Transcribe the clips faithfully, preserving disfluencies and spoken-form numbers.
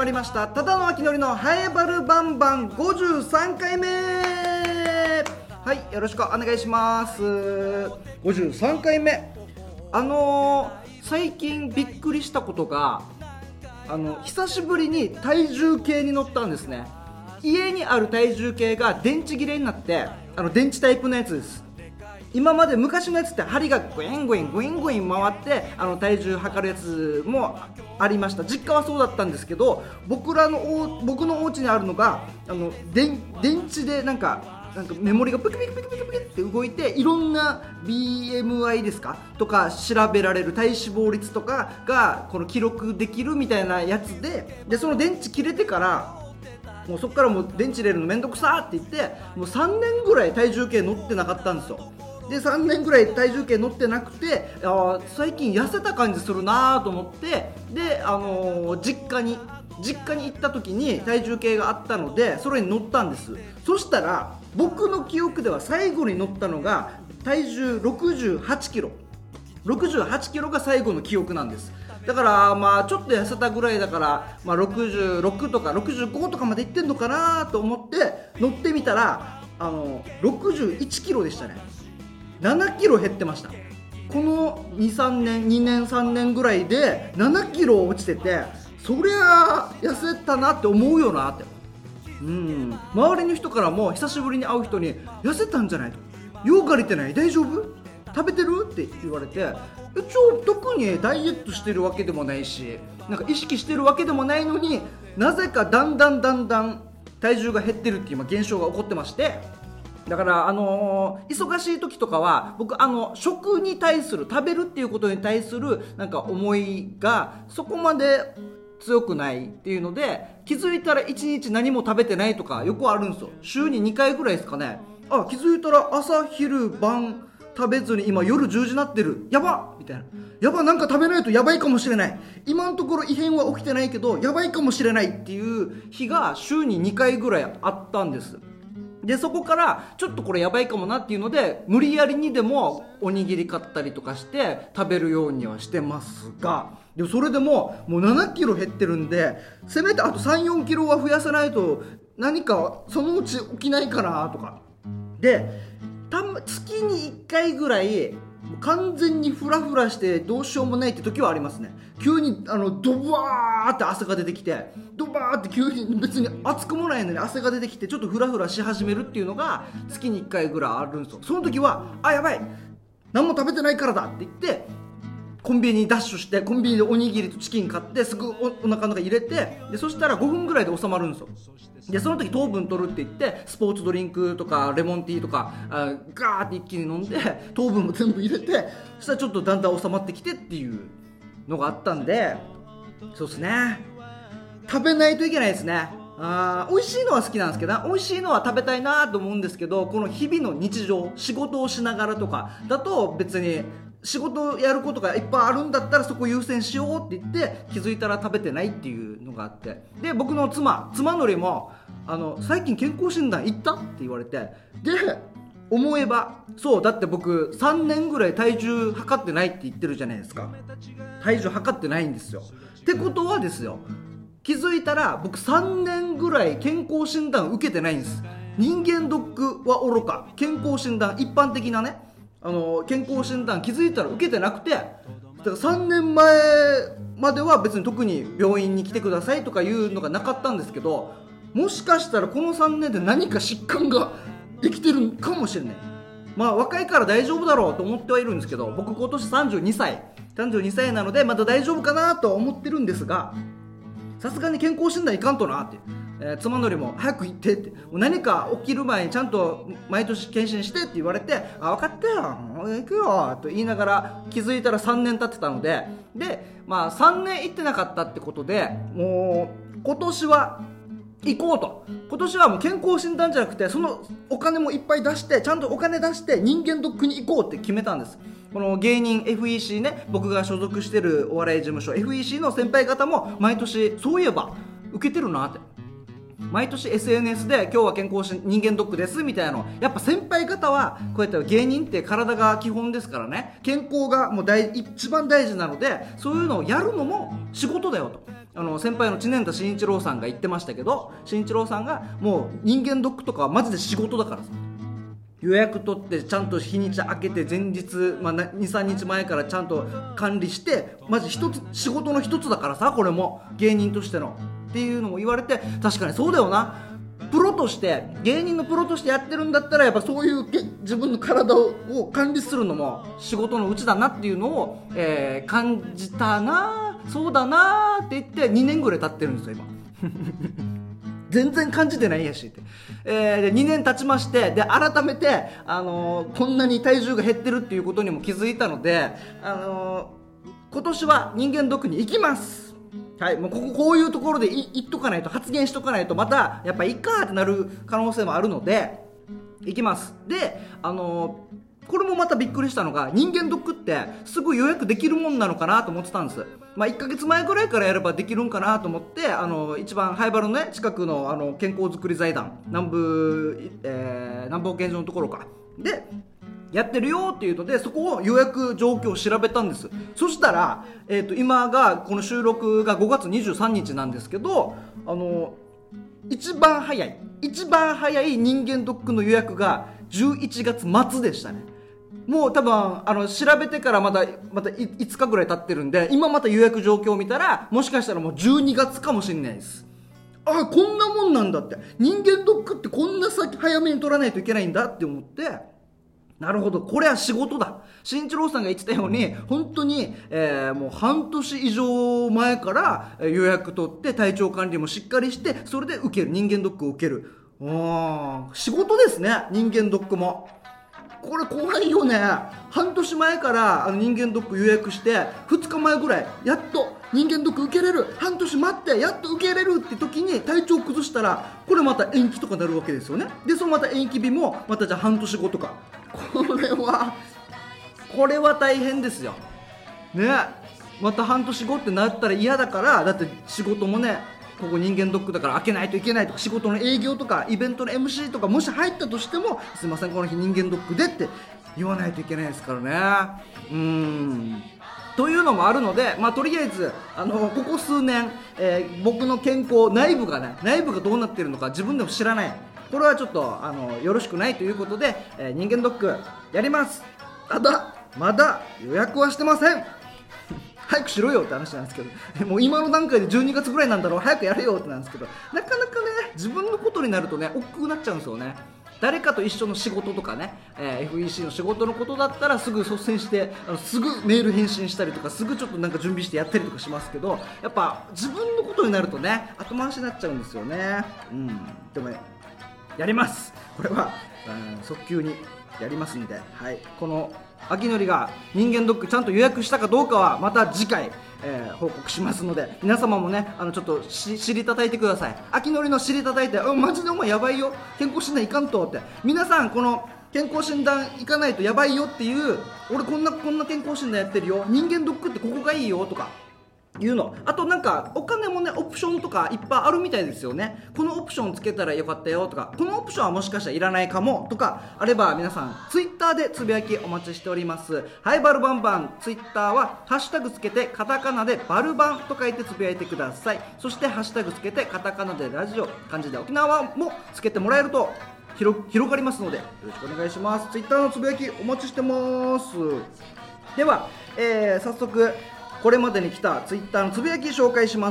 まりました。ただのあきのりのハエバルバンバンごじゅうさんかいめ。はい、よろしくお願いします。ごじゅうさんかいめ。あのー、最近びっくりしたことが、あの久しぶりに体重計に乗ったんですね。家にある体重計が電池切れになって、あの電池タイプのやつです。今まで昔のやつって針がグイングイングイングイン回ってあの体重測るやつもありました。実家はそうだったんですけど、僕らのお僕のお家にあるのがあの電電池でなんかなんかメモリがプキプキプキプキプキって動いて、いろんな ビーエムアイ ですかとか調べられる体脂肪率とかがこの記録できるみたいなやつで、でその電池切れてからもうそこからもう電池入れるのめんどくさって言って、もうさんねんぐらい体重計乗ってなかったんですよ。でさんねんぐらい体重計乗ってなくて、あ最近痩せた感じするなと思って、で、あのー、実家に実家に行った時に体重計があったのでそれに乗ったんです。そしたら僕の記憶では最後に乗ったのが体重ろくじゅうはちキロろくじゅうはちキロが最後の記憶なんです。だからまあちょっと痩せたぐらいだから、まあ、ろくじゅうろくとかろくじゅうごとかまでいってんのかなと思って乗ってみたら、あのろくじゅういちキロでしたね。ななキロ減ってました。この にさんねんにねんさんねんぐらいでななキロ落ちてて、そりゃ痩せたなって思うよなって。うん周りの人からも久しぶりに会う人に痩せたんじゃないと、よう借りてない大丈夫食べてるって言われて、一応特にダイエットしてるわけでもないしなんか意識してるわけでもないのに、なぜかだんだんだんだん体重が減ってるっていう今現象が起こってまして、だからあのー、忙しい時とかは僕あの食に対する食べるっていうことに対するなんか思いがそこまで強くないっていうので、気づいたらいちにち何も食べてないとかよくあるんですよ。週ににかいぐらいですかね。あ気づいたら朝昼晩食べずに今夜じゅうじになってる、やばみたいな、やばなんか食べないとやばいかもしれない、今のところ異変は起きてないけどやばいかもしれないっていう日が週ににかいぐらいあったんです。でそこからちょっとこれやばいかもなっていうので無理やりにでもおにぎり買ったりとかして食べるようにはしてますが、でもそれでももうななキロ減ってるんで、せめてあと さんよんキロは増やさないと何かそのうち起きないかなとかで、た月にいっかいぐらい完全にフラフラしてどうしようもないって時はありますね。急にあのドバーって汗が出てきて、ドバーって急に別に暑くもないのに汗が出てきてちょっとフラフラし始めるっていうのが月にいっかいぐらいあるんですよ。その時はあやばい何も食べてないからだって言ってコンビニにダッシュして、コンビニでおにぎりとチキン買ってすぐ お, お腹の中入れて、でそしたらごふんぐらいで収まるんですよ。でその時糖分取るって言ってスポーツドリンクとかレモンティーとかあガーって一気に飲んで糖分も全部入れて、そしたらちょっとだんだん収まってきてっていうのがあったんで、そうですね、食べないといけないですね。あ美味しいのは好きなんですけど、美味しいのは食べたいなと思うんですけど、この日々の日常仕事をしながらとかだと別に仕事やることがいっぱいあるんだったらそこ優先しようって言って気づいたら食べてないっていうのがあって、で僕の妻妻のりもあの最近健康診断行ったって言われて、で思えばそうだって僕さんねんぐらい体重測ってないって言ってるじゃないですか。体重測ってないんですよ。ってことはですよ、気づいたら僕さんねんぐらい健康診断受けてないんです。人間ドックはおろか健康診断一般的なねあの健康診断気づいたら受けてなくて、だからさんねんまえまでは別に特に病院に来てくださいとかいうのがなかったんですけど、もしかしたらこのさんねんで何か疾患ができてるかもしれない。まあ若いから大丈夫だろうと思ってはいるんですけど、僕今年さんじゅうにさいさんじゅうにさいなのでまだ大丈夫かなとは思ってるんですが、さすがに健康診断いかんとなって、えー、妻のりも早く行ってって、何か起きる前にちゃんと毎年検診してって言われて、あ分かったよ行くよと言いながら気づいたらさんねん経ってたので、でまあさんねん行ってなかったってことで、もう今年は行こうと。今年はもう健康診断じゃなくてそのお金もいっぱい出してちゃんとお金出して人間ドックに行こうって決めたんです。この芸人 エフイーシー ね、僕が所属してるお笑い事務所 エフイーシー の先輩方も毎年そういえば受けてるなって、毎年 エスエヌエス で今日は健康診人間ドックですみたいなの、やっぱ先輩方はこうやって芸人って体が基本ですからね、健康がもう大一番大事なので、そういうのをやるのも仕事だよと。 あの先輩の知念田慎一郎さんが言ってましたけど、慎一郎さんがもう人間ドックとかはマジで仕事だからさ、予約取ってちゃんと日にち開けて前日、まあ、にさんにちまえからちゃんと管理して、マジ一つ仕事の一つだからさ、これも芸人としてのっていうのも言われて、確かにそうだよな、プロとして芸人のプロとしてやってるんだったらやっぱそういう自分の体を管理するのも仕事のうちだなっていうのを、えー、感じたな、そうだなって言ってにねんぐらい経ってるんですよ今全然感じてないやしって、えー、でにねん経ちまして、で改めて、あのー、こんなに体重が減ってるっていうことにも気づいたので、あのー、今年は人間ドックに行きます。はい、もうこここういうところで言っとかないと、発言しとかないとまたやっぱいいかってなる可能性もあるので行きます。で、あのー、これもまたびっくりしたのが、人間ドックってすぐ予約できるもんなのかなと思ってたんです。まあ、いっかげつまえぐらいからやればできるんかなと思って、あの一番灰原のね近くの、あの健康づくり財団南部、えー、南部保健所のところかでやってるよっていうので、そこを予約状況を調べたんです。そしたら、えーと、今がこの収録がごがつにじゅうさんにちなんですけど、あの一番早い一番早い人間ドックの予約がじゅういちがつまつでしたね。もう多分あの調べてからまだまたいつかぐらい経ってるんで、今また予約状況を見たらもしかしたらもうじゅうにがつかもしれないです。あ、こんなもんなんだって、人間ドックってこんな先早めに取らないといけないんだって思って、なるほど、これは仕事だ。慎一郎さんが言ってたように本当に、えー、もう半年以上前から予約取って体調管理もしっかりして、それで受ける、人間ドックを受ける。あ、仕事ですね、人間ドックも。これ怖いよね。半年前からあの人間ドック予約してふつかまえぐらいやっと人間ドック受けれる、半年待ってやっと受けれるって時に体調崩したら、これまた延期とかなるわけですよね。でそのまた延期日もまたじゃあ半年後とか、これはこれは大変ですよね。また半年後ってなったら嫌だから、だって仕事もね、ここ人間ドックだから開けないといけないとか、仕事の営業とかイベントの エムシー とかもし入ったとしても、すいませんこの日人間ドックでって言わないといけないですからね。うーんというのもあるので、まあ、とりあえずあのここ数年、えー、僕の健康内部がね内部がどうなっているのか自分でも知らない。これはちょっとあのよろしくないということで、えー、人間ドックやります。ただまだ予約はしてません早くしろよって話なんですけど、もう今の段階でじゅうにがつぐらいなんだろう、早くやれよってなんですけど、なかなかね自分のことになるとね億劫になっちゃうんですよね。誰かと一緒の仕事とかね、えー、エフイーシー の仕事のことだったらすぐ率先してあのすぐメール返信したりとか、すぐちょっとなんか準備してやったりとかしますけど、やっぱ自分のことになるとね後回しになっちゃうんですよね。うんでもねやります、これは、うん、早急にやりますんで、はい、この秋のりが人間ドックちゃんと予約したかどうかはまた次回、えー、報告しますので、皆様もねあのちょっとし尻叩いてください。秋のりの尻叩いて、うん、マジでお前やばいよ、健康診断いかんとって、皆さんこの健康診断行かないとやばいよっていう、俺こんなこんな健康診断やってるよ、人間ドックってここがいいよとかいうの、あとなんかお金もねオプションとかいっぱいあるみたいですよね。このオプションつけたらよかったよとか、このオプションはもしかしたらいらないかもとかあれば、皆さんツイッターでつぶやきお待ちしております。はいバルバンバン、ツイッターはハッシュタグつけてカタカナでバルバンと書いてつぶやいてください。そしてハッシュタグつけてカタカナでラジオ、漢字で沖縄もつけてもらえると広, 広がりますのでよろしくお願いします。ツイッターのつぶやきお待ちしてます。では、えー、早速これまでに来たツイッターのつぶやき紹介します。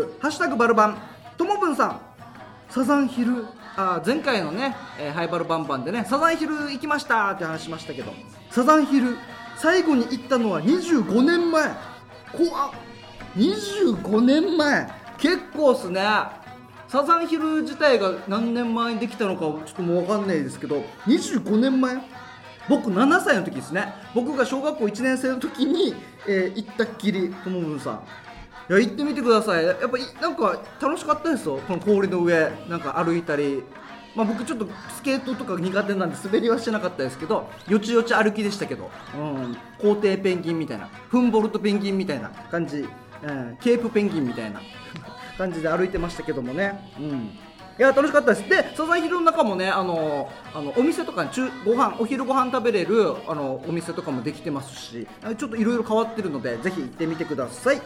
ハッシュタグバルバン、ともぶんさん、サザンヒル、あ前回のね、えー、ハイバルバンバンでねサザンヒル行きましたって話しましたけど、サザンヒル最後に行ったのはにじゅうごねんまえ。怖っ、にじゅうごねんまえ結構っすね。サザンヒル自体が何年前にできたのかちょっともう分かんないですけど、にじゅうごねんまえ、僕ななさいの時ですね。僕が小学校いちねん生の時に、えー、行ったっきり、ともぶんさん、いや行ってみてください。やっぱなんか楽しかったですよ。この氷の上なんか歩いたり、まあ、僕ちょっとスケートとか苦手なんで滑りはしてなかったですけど、よちよち歩きでしたけど、うん、皇帝ペンギンみたいな、フンボルトペンギンみたいな感じ、うん、ケープペンギンみたいな感じで歩いてましたけどもね、うん、いや楽しかったです。でサザンヒルの中もね、あのあのお店とかに中ご飯お昼ご飯食べれるあのお店とかもできてますし、ちょっといろいろ変わってるのでぜひ行ってみてください。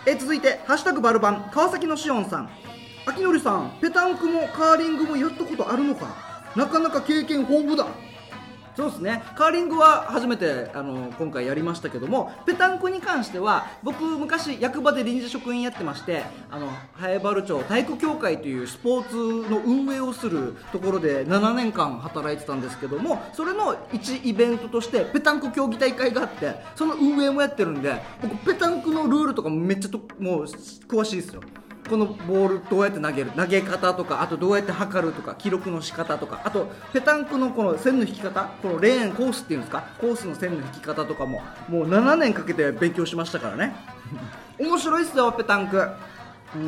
えー続いてハッシュタグバルバン川崎のしおんさん、あきのりさんペタンクもカーリングもやったことあるのか、なかなか経験豊富だ。そうですね、カーリングは初めてあの今回やりましたけども、ペタンクに関しては僕昔役場で臨時職員やってまして、あの南原町体育協会というスポーツの運営をするところでななねんかん働いてたんですけども、それの一イベントとしてペタンク競技大会があって、その運営もやってるんで、僕ペタンクのルールとかもめっちゃともう詳しいですよ。このボールどうやって投げる、投げ方とか、あとどうやって測るとか、記録の仕方とか、あとペタンクのこの線の引き方、このレーンコースっていうんですか、コースの線の引き方とかももうななねんかけて勉強しましたからね面白いっすよペタンク。うん、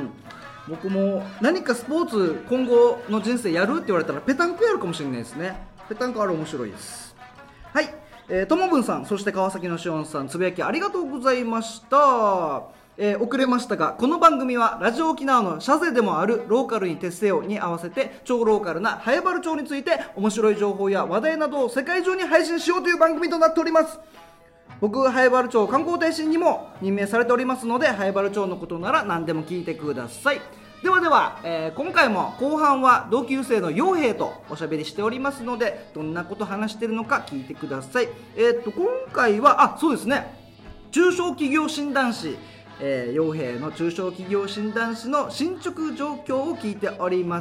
僕も何かスポーツ今後の人生やるって言われたらペタンクやるかもしれないですね。ペタンクあれ面白いです。はい、えー、ともぶんさん、そして川崎のしおんさん、つぶやきありがとうございました。えー、遅れましたが、この番組はラジオ沖縄の社税でもあるローカルに徹せよに合わせて、超ローカルな早原町について面白い情報や話題などを世界中に配信しようという番組となっております。僕早原町観光大使にも任命されておりますので、早原町のことなら何でも聞いてください。ではでは、えー、今回も後半は同級生の陽平とおしゃべりしておりますので、どんなこと話してるのか聞いてください。えー、っと今回はあそうですね、中小企業診断士、えー、陽平の中小企業診断士の進捗状況を聞いております。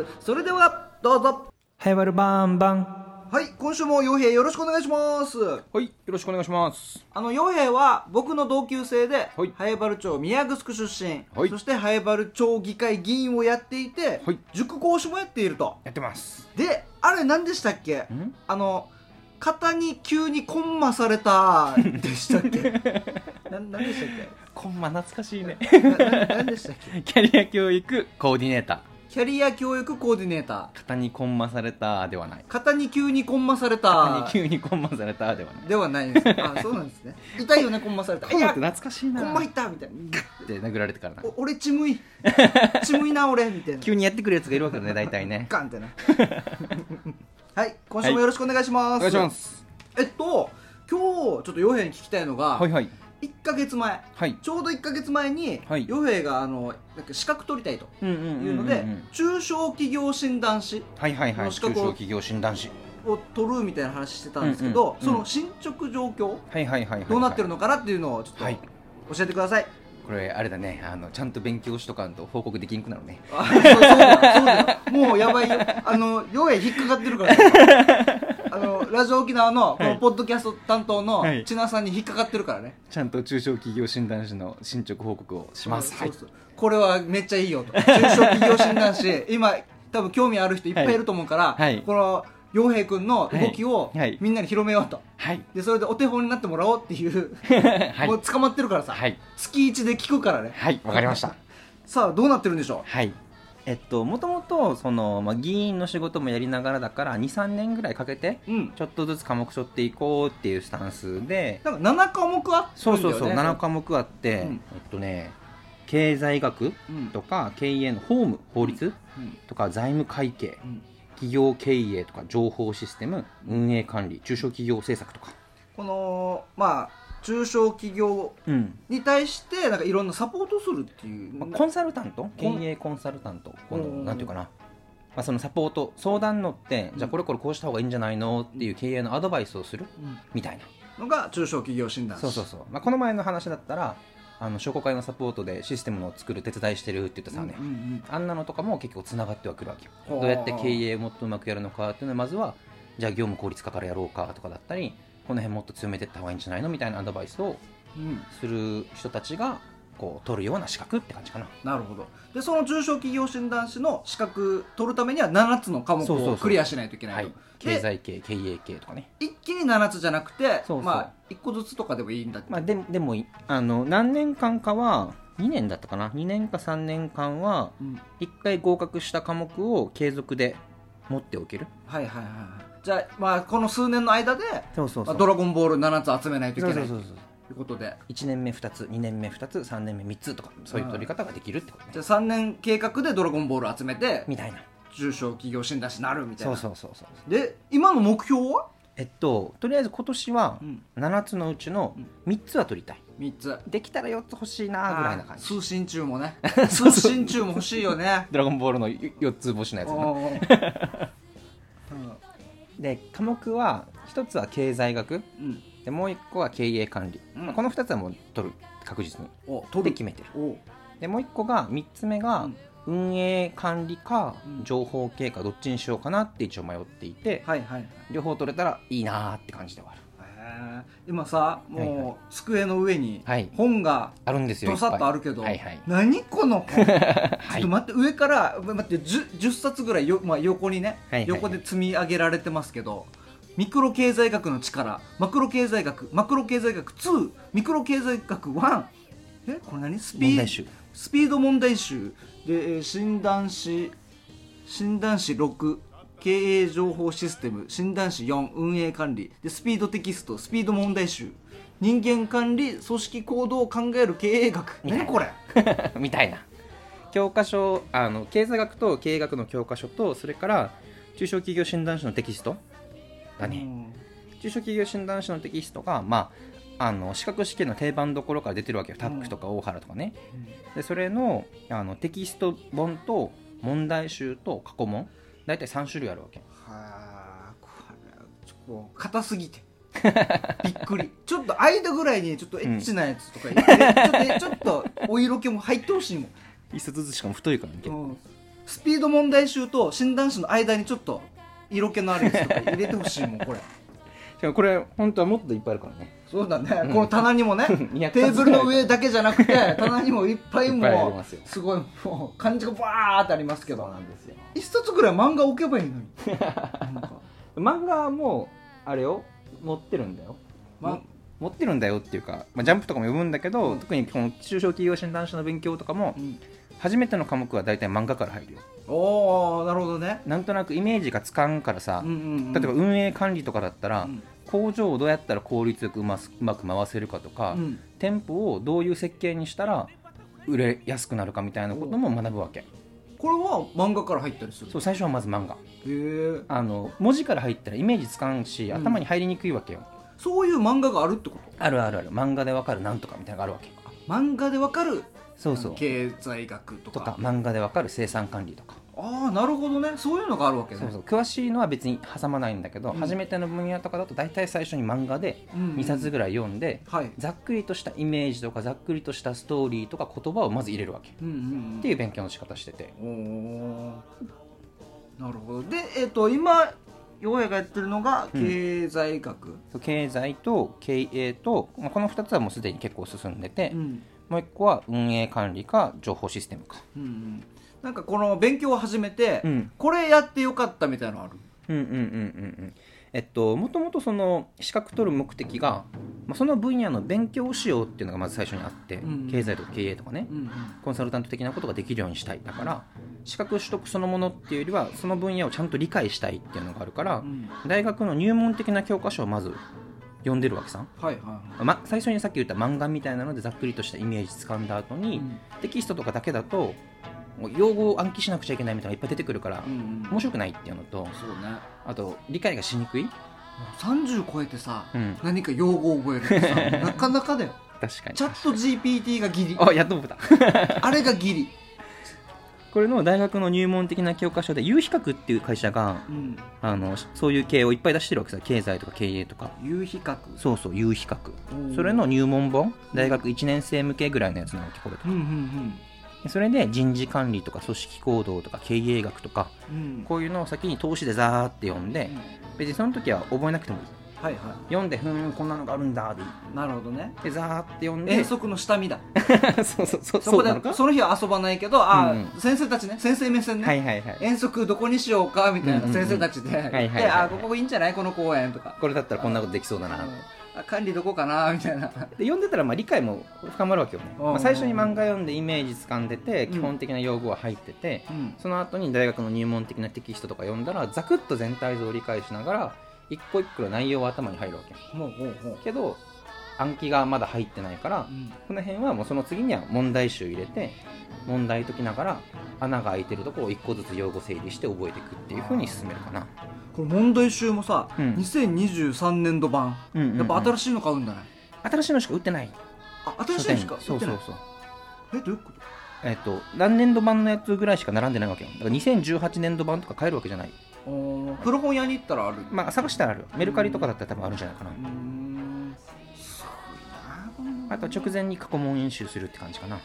それではどうぞ。 はいわるバンバン。 はい、今週も陽平よろしくお願いします。 はい、よろしくお願いします。 あの陽平は僕の同級生で、 はい、 早原町宮城出身、 はい、 そして早原町議会議員をやっていて、はい、塾講師もやっていると。 やってます。 で、あれ何でしたっけ、あの肩に急にコンマされたでしたっけな何でしたっけ。 コンマ懐かしいね。 何でしたっけ。 キャリア教育コーディネーター。 キャリア教育コーディネーター。 肩にコンマされたではない。 肩に急にコンマされた。 肩に急にコンマされたではない。 ではないです。あ、そうなんですね。痛いよね、コンマされた。 コンマって懐かしいな。 コンマいったみたいな。 ガッて殴られてからな。 お俺ちむい。ちむいな俺みたいな。 急にやってくるやつがいるわけだね、大体ね。 ガンってな。はい、今週もよろしくお願いします。 お願いします。 えっと今日ちょっと陽平に聞きたいのが、 はいはい。 いっかげつまえ、はい、ちょうどいっかげつまえに、はい、陽平があのなんか資格取りたいというので、中小企業診断士の資格を、 中小企業診断士を取るみたいな話してたんですけど、うんうんうん、その進捗状況、はいはいはいはいはい、どうなってるのかなっていうのをちょっと、はい、教えてください。 これあれだね、あのちゃんと勉強しとかんと報告できんくなるね。 あ、そうそうだそうだもうやばいよ。あの陽平引っかかってるからあのラジオ沖縄のこのポッドキャスト担当の千奈さんに引っかかってるからね、はい、 ちゃんと中小企業診断士の進捗報告をします。 そうそうそう、はい、これはめっちゃいいよと。中小企業診断士今多分興味ある人いっぱいいると思うから、はい、この陽平くんの動きをみんなに広めようと、はい、でそれでお手本になってもらおうっていう、はい、もう捕まってるからさ、はい、月いちで聞くからね。 はい、わかりましたさあどうなってるんでしょう。 はい、えっともともとその、まあ、議員の仕事もやりながらだから にさんねんぐらいかけて、うん、ちょっとずつ科目取っていこうっていうスタンスで、 なんかななかもくあって、ね、 そうそうそう、ななかもくあって、うん、えっとね経済学とか、うん、経営の法務法律、うん、とか財務会計、うん、企業経営とか情報システム、運営管理、中小企業政策とか、 このまあ中小企業に対してなんかいろんなサポートするっていう、 まあ、コンサルタント、経営コンサルタント、このなんていうかな、まあ、そのサポート相談乗って、うん、じゃあこれこれこうした方がいいんじゃないのっていう経営のアドバイスをする、うん、みたいなのが中小企業診断士。 そうそうそう、まあ、この前の話だったらあの商工会のサポートでシステムを作る手伝いしてるって言ってたね、うんうんうん、あんなのとかも結構つながってはくるわけよ。どうやって経営をもっとうまくやるのかっていうのはまずはじゃあ業務効率化からやろうかとかだったり、この辺もっと強めていった方がいいんじゃないのみたいなアドバイスをする人たちがこう取るような資格って感じかな。 なるほど。でその中小企業診断士の資格取るためにはななつの科目をクリアしないといけないと。 そうそうそう、はい、経済系経営系とかね、 一気にななつじゃなくて、そうそう、まあいっこずつとかでもいいんだって、 まあ、で, でもあの何年間かはにねんだったかな、にねんかさんねんかんはいっかい合格した科目を継続で持っておける。 はいはいはい。じゃあ、まあ、この数年の間でそうそうそう、まあ、ドラゴンボールななつ集めないといけない。そうそうそうそうということでいちねんめふたつ、にねんめふたつ、さんねんめみっつとかそういう取り方ができるってことね。 じゃあさんねん計画でドラゴンボール集めてみたいな中小企業診断士になるみたいな。 そうそうそうそう。 で今の目標はえっととりあえず今年はななつのうちのみっつは取りたい、 うみっつできたらよっつ欲しいなぐらいな感じ。 通信中もね通信中も欲しいよねドラゴンボールのよっつ星のやつなで科目はひとつは経済学、うん、でもういっこは経営管理、うんまあ、このふたつはもう取る確実にお取るで決めてる。でもういっこがみっつめが、うん運営管理か情報系かどっちにしようかなって一応迷っていて、 はいはい、 両方取れたらいいなーって感じではある。 今さもう、はいはい、机の上に本があるんですよ、 どさっとあるけど、 はいはい、 何この本ちょっと待って上から待って 10, じゅっさつぐらいよ、まあ、横にね、はいはいはい、横で積み上げられてますけど、ミクロ経済学の力、マクロ経済学、マクロ経済学に、ミクロ経済学いち、えこれ何スピードスピード問題集で診断士診断士ろく経営情報システム、診断士よん運営管理で、スピードテキスト、スピード問題集、人間管理、組織行動を考える経営学、何これみたいな教科書、あの経済学と経営学の教科書と、それから中小企業診断士のテキストだね。中小企業診断士のテキストが、まあ、あの資格試験の定番どころから出てるわけよ。タックとか大原とかね、うん、でそれ の, あのテキスト本と問題集と過去問だいたいさんしゅるいあるわけ。はあ、これちょっと硬すぎてびっくり。ちょっと間ぐらいにちょっとエッチなやつとか入れて、うん、ちょっとちょっとお色気も入ってほしいもん。 一冊ずつしかも太いからね、 うん、スピード問題集と診断士の間にちょっと色気のあるやつとか入れてほしいもんこれ。 しかもこれ本当はもっといっぱいあるからね。 そうだね、うん、この棚にもねテーブルの上だけじゃなくて棚にもいっぱいもういっぱいありますよ。すごいもう漢字がバーってありますけど。そうなんですよ。一冊ぐらい漫画置けばいいのになんか漫画もあれよ持ってるんだよ、ま、持ってるんだよっていうか、まあ、ジャンプとかも読むんだけど、うん、特にこの中小企業診断士の勉強とかも、うん、初めての科目は大体漫画から入るよ。 おーなるほどね。 なんとなくイメージがつかんからさ、うんうんうん、例えば運営管理とかだったら、うん、工場をどうやったら効率よくうま、うまく回せるかとか、うん、店舗をどういう設計にしたら売れやすくなるかみたいなことも学ぶわけ。 これは漫画から入ったりする？ そう、最初はまず漫画。 へー。 あの文字から入ったらイメージつかんし、うん、頭に入りにくいわけよ。 そういう漫画があるってこと？ あるあるある。漫画でわかるなんとかみたいなのがあるわけ。 漫画でわかるそうそう経済学とかとか漫画でわかる生産管理とか。 ああなるほどね。そういうのがあるわけね。 そうそう。詳しいのは別に挟まないんだけど、うん、初めての分野とかだと大体最初に漫画でにさつぐらい読んで、うんうんはい、ざっくりとしたイメージとかざっくりとしたストーリーとか言葉をまず入れるわけ、うんうんうん、っていう勉強の仕方してて。おなるほど。で、えー、と今陽也がやってるのが経済学、 うん、経済と経営と、まあ、このふたつはもうすでに結構進んでて、うん、もういっこは運営管理か情報システムか、うんうん、 なんかこの勉強を始めて、うん、これやってよかったみたいなのある？ うんうんうんうんうんえっともともとその資格取る目的が、まあ、その分野の勉強をしようっていうのがまず最初にあって、うんうん、経済とか経営とかね、うんうん、コンサルタント的なことができるようにしたい。だから資格取得そのものっていうよりはその分野をちゃんと理解したいっていうのがあるから、うん、大学の入門的な教科書をまず読んでるわけさ、はいはいはいま、最初にさっき言った漫画みたいなのでざっくりとしたイメージつかんだ後に、うん、テキストとかだけだと用語を暗記しなくちゃいけないみたいなのがいっぱい出てくるから、うんうん、面白くないっていうのと、 そうね、 あと理解がしにくい。 さんじゅう超えてさ、うん、何か用語を覚えるってさなかなかだよ。 確かに。 チャット ジーピーティー がギリ。 あ、やっと覚えたあれがギリ。 これの大学の入門的な教科書で有比較っていう会社が、うん、あのそういう系をいっぱい出してるわけさ。経済とか経営とか。 有比較。 そうそう、有比較。それの入門本、大学いちねん生向けぐらいのやつなわけこれとか、うんうんうん、それで人事管理とか組織行動とか経営学とか、うん、こういうのを先に通しでザーって読んで、うん、別にその時は覚えなくてもいい。はいはい、読んでふーんこんなのがあるんだでいい。 なるほどね。 でザーって読んで遠足の下見だそうそうそう。 そこでその日は遊ばないけど、あ、うん、先生たちね、先生目線ね、はいはいはい、遠足どこにしようかみたいな先生たちで、うんうんうん、で、はいはいはい、あ、ここいいんじゃないこの公園とか、 これだったらこんなことできそうだな、 あ、管理どこかなみたいなで読んでたらまあ理解も深まるわけよね、まあ、最初に漫画読んでイメージ掴んでて、うん、基本的な用語は入ってて、うん、その後に大学の入門的なテキストとか読んだらざくっと全体像を理解しながら一個一個の内容は頭に入るわけ。ほうほうほう。けど暗記がまだ入ってないから、うん、この辺はもうその次には問題集入れて問題解きながら穴が開いてるところを一個ずつ用語整理して覚えていくっていう風に進めるかな。 これ問題集もさ、うん、にせんにじゅうさんねんど版、うんうんうん、やっぱ新しいの買うんだね。 新しいのしか売ってない。 あ、新しいのしか売ってない。 そうそうそう。 え、どういうこと？ えっと何年度版のやつぐらいしか並んでないわけよ。だからにせんじゅうはちねんど版とか買えるわけじゃない。 古本屋に行ったらある？ まあ探したらある。メルカリとかだったら多分あるんじゃないかな。うーん、すごいな。 あと直前に過去問演習するって感じかな。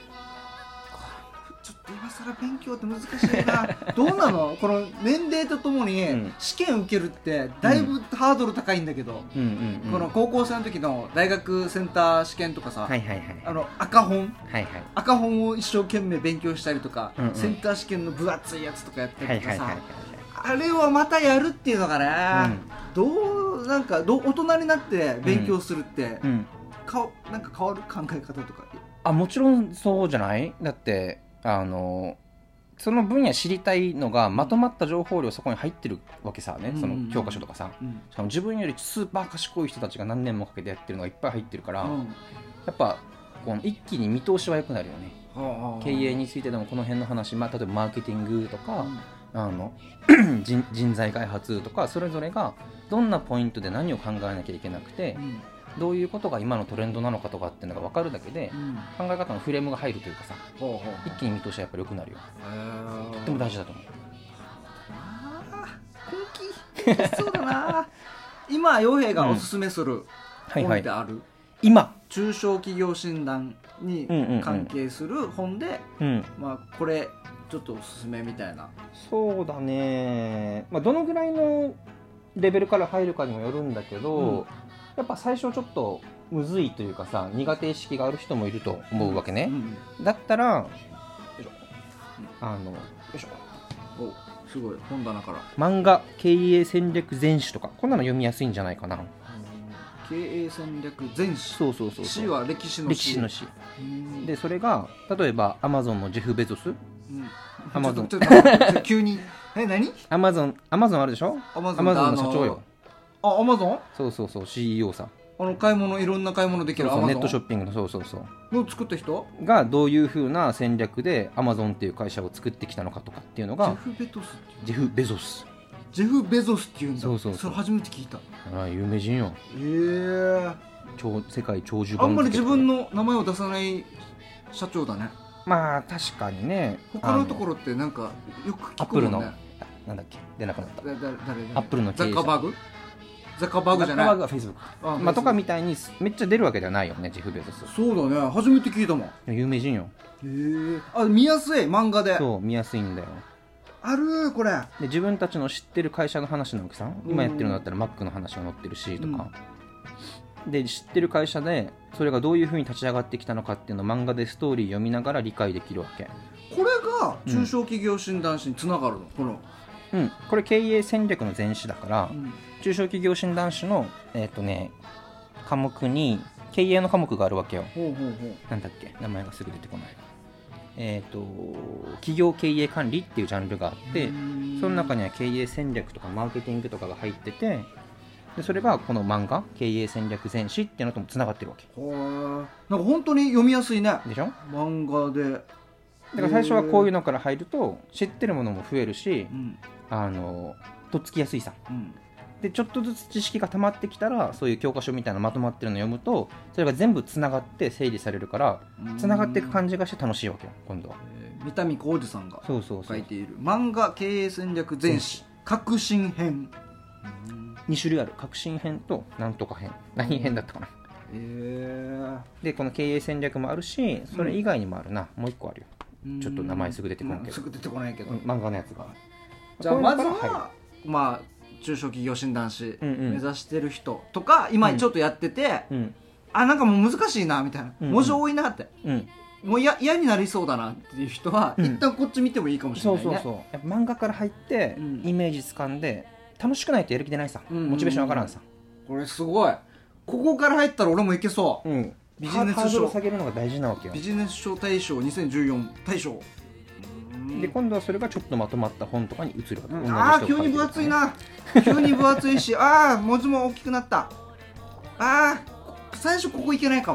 ちょっと今更勉強って難しいな。どうなのこの年齢とともに試験受けるってだいぶハードル高いんだけど、うんうんうん、この高校生の時の大学センター試験とかさ、はいはいはい、あの赤本、はいはい、赤本を一生懸命勉強したりとか、うんうん、センター試験の分厚いやつとかやったりとかさ、はいはいはいはい、あれをまたやるっていうのがね、うん、どうなんかど大人になって勉強するって、うんうん、かなんか変わる考え方とか。 あ、もちろんそうじゃない。だってあのその分野知りたいのがまとまった情報量そこに入ってるわけさね、その教科書とかさ、うん、しかも自分よりスーパー賢い人たちが何年もかけてやってるのがいっぱい入ってるから、うん、やっぱこの一気に見通しは良くなるよね、うん、経営についてでもこの辺の話、まあ、例えばマーケティングとか、うん、あの人, 人材開発とかそれぞれがどんなポイントで何を考えなきゃいけなくて、うんどういうことが今のトレンドなのかとかっていうのが分かるだけで、うん、考え方のフレームが入るというかさ、ほうほう一気に見通しはやっぱり良くなるよ。とっても大事だと思う。 あー、本気そうだな。今陽平がおすすめする本ってある？うんはいはい、今中小企業診断に関係する本で、うんうんうんまあ、これちょっとおすすめみたいな。 そうだね、まあ、どのぐらいのレベルから入るかにもよるんだけど、うんやっぱ最初ちょっとむずいというかさ苦手意識がある人もいると思うわけね、うんうん、だったらよいしょあのよいしょおすごい本棚から漫画経営戦略全史とかこんなの読みやすいんじゃないかな。 経営戦略全史そうそうそう史は歴史の史歴史の史でそれが例えばアマゾンのジェフ・ベゾス、うん、アマゾン急にえ何アマゾンアマゾンあるでしょアマゾンの社長よ。 あ、アマゾン？ そうそうそう シーイーオー さんあの買い物いろんな買い物できるアマゾンネットショッピングのそうそうそうの作った人がどういう風な戦略でアマゾンっていう会社を作ってきたのかとかっていうのがジェフ・ベゾスジェフ・ベゾスジェフ・ベゾスっていうんだ。 そうそうそうそれ初めて聞いた。 ああ有名人よ。 へえー、 超世界長寿番あんまり自分の名前を出さない社長だね。 まあ確かにね他のところってなんかよく聞くもんね。アップルのなんだっけ出なくなった誰誰アップルの経営者ザッカーバーグザッカーバーグじゃないザッカーバーグはフェイスブックあ、まあ、とかみたいにめっちゃ出るわけではないよねジェフ・ベゾス。 そうだね初めて聞いたもん。 有名人よ。 へえあ見やすい漫画で。 そう見やすいんだよ。 あるこれで自分たちの知ってる会社の話のわけさ今やってるのだったら Mac の話が載ってるしとか、うん、で知ってる会社でそれがどういう風に立ち上がってきたのかっていうのを漫画でストーリー読みながら理解できるわけ。 これが中小企業診断士につながるの、うん、このうん、これ経営戦略の全史だから、うん、中小企業診断士の、えーとね、科目に経営の科目があるわけよ。ほうほうほうなんだっけ名前がすぐ出てこない。えーと企業経営管理っていうジャンルがあってその中には経営戦略とかマーケティングとかが入っててでそれがこの漫画経営戦略全史っていうのともつながってるわけ。 へーなんか本当に読みやすいね。 でしょ漫画で。 だから最初はこういうのから入ると知ってるものも増えるし、うん、あのとっつきやすいさ、うん、でちょっとずつ知識が溜まってきたらそういう教科書みたいなまとまってるのを読むとそれが全部つながって整理されるからつながっていく感じがして楽しいわけよ今度は。 三谷浩二さんが書いている漫画経営戦略全史革新編に種類ある。革新編となんとか編何編だったかな。へーでこの経営戦略もあるしそれ以外にもあるな、うん、もう一個あるよ。ちょっと名前すぐ出てこないけど、 すぐ出てこないけど、 うん、漫画のやつが。 じゃあまずは、まあ、中小企業診断士目指してる人とか、うんうん、今ちょっとやってて、うん、あなんかもう難しいなみたいな、うんうん、文字多いなって、うん、もう嫌になりそうだなっていう人は、うん、一旦こっち見てもいいかもしれないね。 そうそうそうやっぱ漫画から入って、うん、イメージ掴んで楽しくないとやる気出ないさ、うんうんうん、モチベーション上がらんさ。 これすごいここから入ったら俺もいけそう、うん、 ビジネス書ハードル下げるのが大事なわけよ。 ビジネス書大賞にせんじゅうよん大賞で今度はそれがちょっとまとまった本とかに移るわけ、 うん、ああ急に分厚いな急に分厚いしああ文字も大きくなった。ああ最初ここいけないかも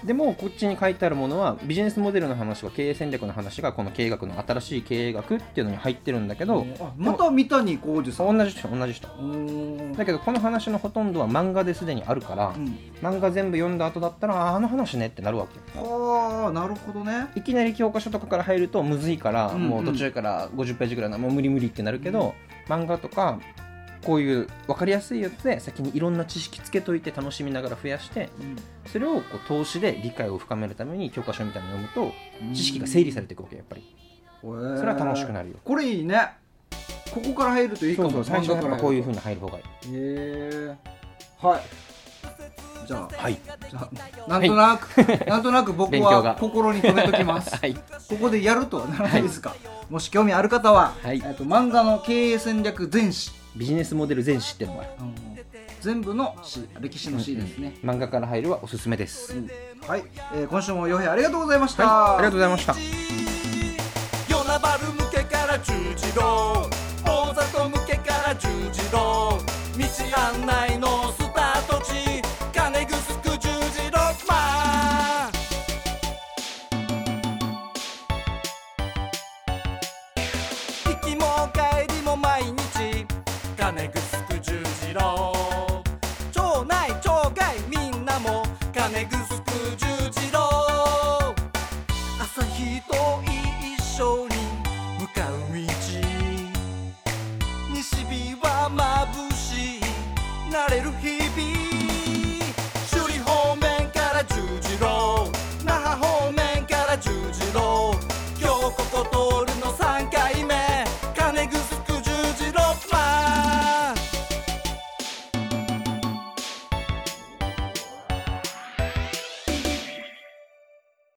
でもこっちに書いてあるものはビジネスモデルの話とか経営戦略の話がこの経営学の新しい経営学っていうのに入ってるんだけど、 あまた三谷浩二さん同じ人同じ人だけど、この話のほとんどは漫画ですでにあるから、うん、漫画全部読んだ後だったら あ, あの話ねってなるわけ。 はあ、なるほどね。 いきなり教科書とかから入るとむずいから、うんうん、もう途中からごじゅっページぐらいのもう無理無理ってなるけど、うん、漫画とかこういう分かりやすいやつで先にいろんな知識つけといて楽しみながら増やして、うん、それをこう投資で理解を深めるために教科書みたいなのを読むと知識が整理されていくわけやっぱり、それは楽しくなるよ。 これいいね。ここから入るといいかも。 そうそう、最初はやっぱこういう風に入る方がいい。へえ。はい。じゃあ、 はい、 じゃあなんとなく、はい、なんとなく僕は心に留めときます、はい、ここでやるとはならないですか、はい、もし興味ある方は、はい、えっと漫画の経営戦略全史、 ビジネスモデル全史っていうのがある、うん、 全部の史、歴史の史ですね、 うんうん、漫画から入るはおすすめです、うん、 はい、えー、今週も洋平ありがとうございました、 はい、ありがとうございました。 与那原向けから十字路、大里向けから十字路、道案内